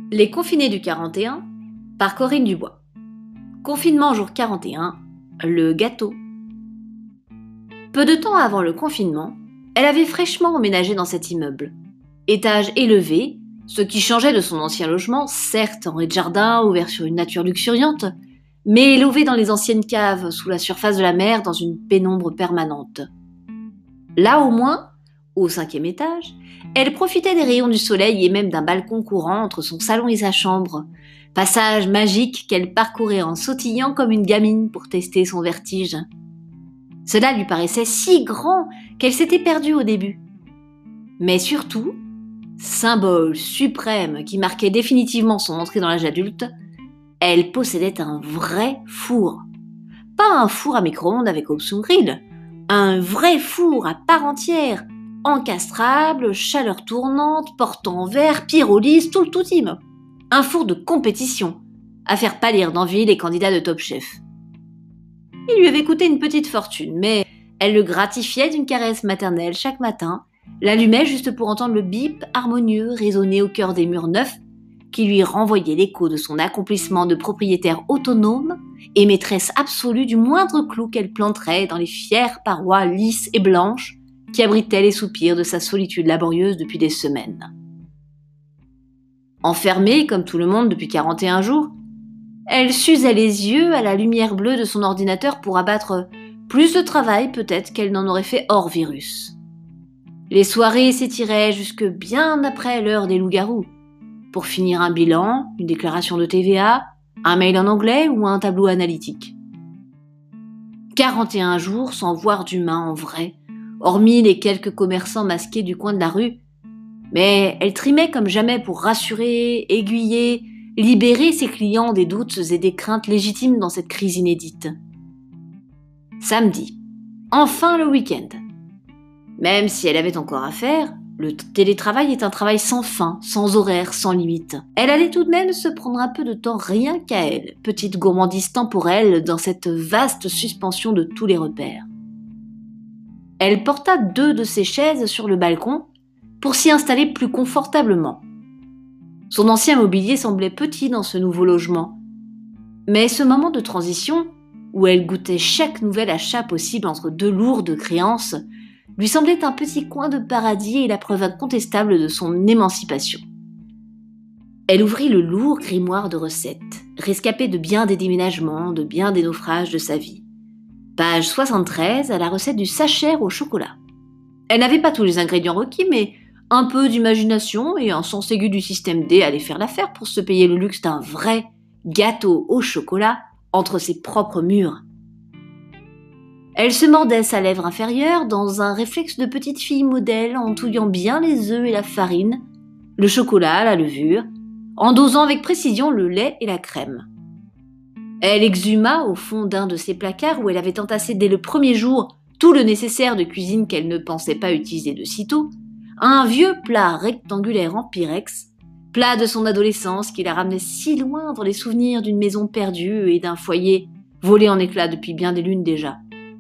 Les confinés du 41 par Corinne Dubois. Confinement jour 41, le gâteau. Peu de temps avant le confinement, elle avait fraîchement emménagé dans cet immeuble. Étage élevé, ce qui changeait de son ancien logement, certes en rez-de-jardin ouvert sur une nature luxuriante, mais lové dans les anciennes caves sous la surface de la mer dans une pénombre permanente. Là au moins, au 5e étage, elle profitait des rayons du soleil et même d'un balcon courant entre son salon et sa chambre. Passage magique qu'elle parcourait en sautillant comme une gamine pour tester son vertige. Cela lui paraissait si grand qu'elle s'était perdue au début. Mais surtout, symbole suprême qui marquait définitivement son entrée dans l'âge adulte, elle possédait un vrai four. Pas un four à micro-ondes avec option grill, un vrai four à part entière, encastrable, chaleur tournante, porte en verre, pyrolyse, tout le tout-team. Un four de compétition, à faire pâlir d'envie les candidats de Top Chef. Il lui avait coûté une petite fortune, mais elle le gratifiait d'une caresse maternelle chaque matin, l'allumait juste pour entendre le bip harmonieux résonner au cœur des murs neufs, qui lui renvoyait l'écho de son accomplissement de propriétaire autonome et maîtresse absolue du moindre clou qu'elle planterait dans les fières parois lisses et blanches qui abritaient les soupirs de sa solitude laborieuse depuis des semaines. Enfermée, comme tout le monde depuis 41 jours, elle s'usait les yeux à la lumière bleue de son ordinateur pour abattre plus de travail peut-être qu'elle n'en aurait fait hors virus. Les soirées s'étiraient jusque bien après l'heure des loups-garous, pour finir un bilan, une déclaration de TVA, un mail en anglais ou un tableau analytique. 41 jours sans voir d'humain en vrai, hormis les quelques commerçants masqués du coin de la rue, mais elle trimait comme jamais pour rassurer, aiguiller, libérer ses clients des doutes et des craintes légitimes dans cette crise inédite. Samedi, enfin le week-end. Même si elle avait encore à faire, le télétravail est un travail sans fin, sans horaire, sans limite. Elle allait tout de même se prendre un peu de temps rien qu'à elle, petite gourmandise temporelle dans cette vaste suspension de tous les repères. Elle porta 2 de ses chaises sur le balcon pour s'y installer plus confortablement. Son ancien mobilier semblait petit dans ce nouveau logement. Mais ce moment de transition, où elle goûtait chaque nouvel achat possible entre 2 lourdes créances, lui semblait un petit coin de paradis et la preuve incontestable de son émancipation. Elle ouvrit le lourd grimoire de recettes, rescapé de bien des déménagements, de bien des naufrages de sa vie. Page 73 à la recette du sacher au chocolat. Elle n'avait pas tous les ingrédients requis, mais un peu d'imagination et un sens aigu du système D allaient faire l'affaire pour se payer le luxe d'un vrai gâteau au chocolat entre ses propres murs. Elle se mordait sa lèvre inférieure dans un réflexe de petite fille modèle en touillant bien les œufs et la farine, le chocolat, la levure, en dosant avec précision le lait et la crème. Elle exhuma au fond d'un de ses placards où elle avait entassé dès le premier jour tout le nécessaire de cuisine qu'elle ne pensait pas utiliser de sitôt, un vieux plat rectangulaire en pyrex, plat de son adolescence qui la ramenait si loin dans les souvenirs d'une maison perdue et d'un foyer volé en éclats depuis bien des lunes déjà.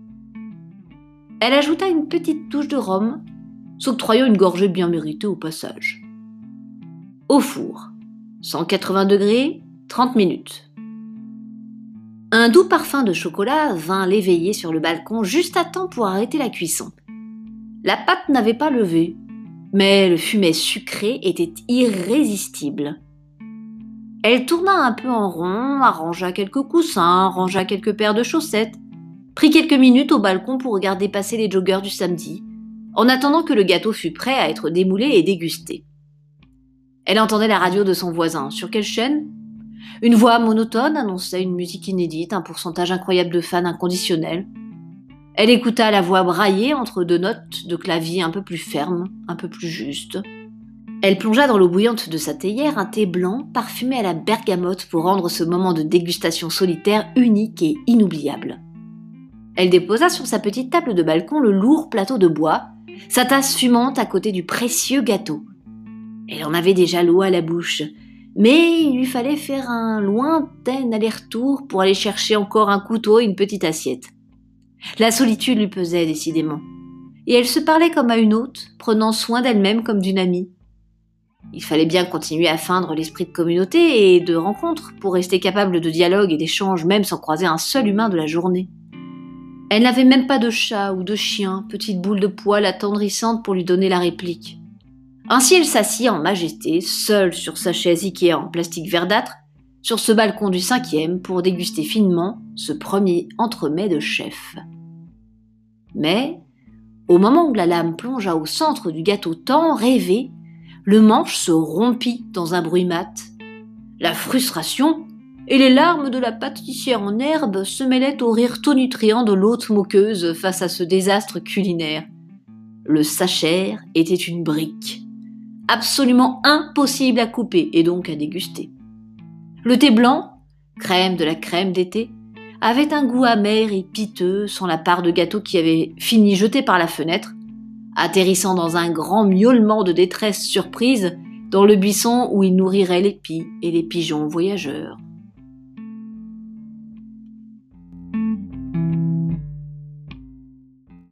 Elle ajouta une petite touche de rhum, s'octroyant une gorgée bien méritée au passage. Au four, 180 degrés, 30 minutes. Un doux parfum de chocolat vint l'éveiller sur le balcon juste à temps pour arrêter la cuisson. La pâte n'avait pas levé, mais le fumet sucré était irrésistible. Elle tourna un peu en rond, arrangea quelques coussins, rangea quelques paires de chaussettes, prit quelques minutes au balcon pour regarder passer les joggers du samedi, en attendant que le gâteau fût prêt à être démoulé et dégusté. Elle entendait la radio de son voisin. Sur quelle chaîne ? Une voix monotone annonçait une musique inédite, un pourcentage incroyable de fans inconditionnels. Elle écouta la voix brailler entre 2 notes de clavier un peu plus fermes, un peu plus justes. Elle plongea dans l'eau bouillante de sa théière un thé blanc parfumé à la bergamote pour rendre ce moment de dégustation solitaire unique et inoubliable. Elle déposa sur sa petite table de balcon le lourd plateau de bois, sa tasse fumante à côté du précieux gâteau. Elle en avait déjà l'eau à la bouche, mais il lui fallait faire un lointain aller-retour pour aller chercher encore un couteau et une petite assiette. La solitude lui pesait décidément, et elle se parlait comme à une hôte, prenant soin d'elle-même comme d'une amie. Il fallait bien continuer à feindre l'esprit de communauté et de rencontre pour rester capable de dialogue et d'échange même sans croiser un seul humain de la journée. Elle n'avait même pas de chat ou de chien, petite boule de poil attendrissante pour lui donner la réplique. Ainsi elle s'assit en majesté, seule sur sa chaise Ikea en plastique verdâtre, sur ce balcon du 5e pour déguster finement ce premier entremets de chef. Mais, au moment où la lame plongea au centre du gâteau tant rêvé, le manche se rompit dans un bruit mat. La frustration et les larmes de la pâtissière en herbe se mêlaient au rire tonitruant de l'hôte moqueuse face à ce désastre culinaire. Le sacher était une brique, absolument impossible à couper et donc à déguster. Le thé blanc, crème de la crème d'été, avait un goût amer et piteux sans la part de gâteau qui avait fini jetée par la fenêtre, atterrissant dans un grand miaulement de détresse surprise dans le buisson où il nourrirait les pies et les pigeons voyageurs.